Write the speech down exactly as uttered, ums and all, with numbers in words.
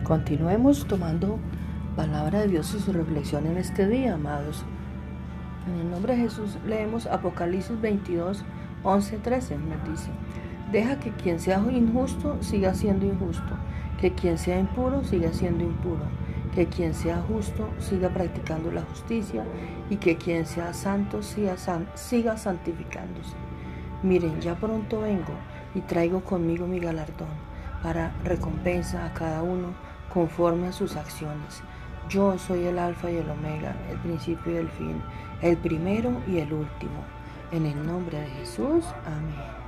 Continuemos tomando palabra de Dios y su reflexión en este día, amados. En el nombre de Jesús leemos Apocalipsis veintidós, once, trece. Nos dice: deja que quien sea injusto siga siendo injusto, que quien sea impuro siga siendo impuro, que quien sea justo siga practicando la justicia, y que quien sea santo siga, san, siga santificándose. Miren, ya pronto vengo y traigo conmigo mi galardón para recompensa a cada uno conforme a sus acciones. Yo soy el Alfa y el Omega, el principio y el fin, el primero y el último. En el nombre de Jesús, amén.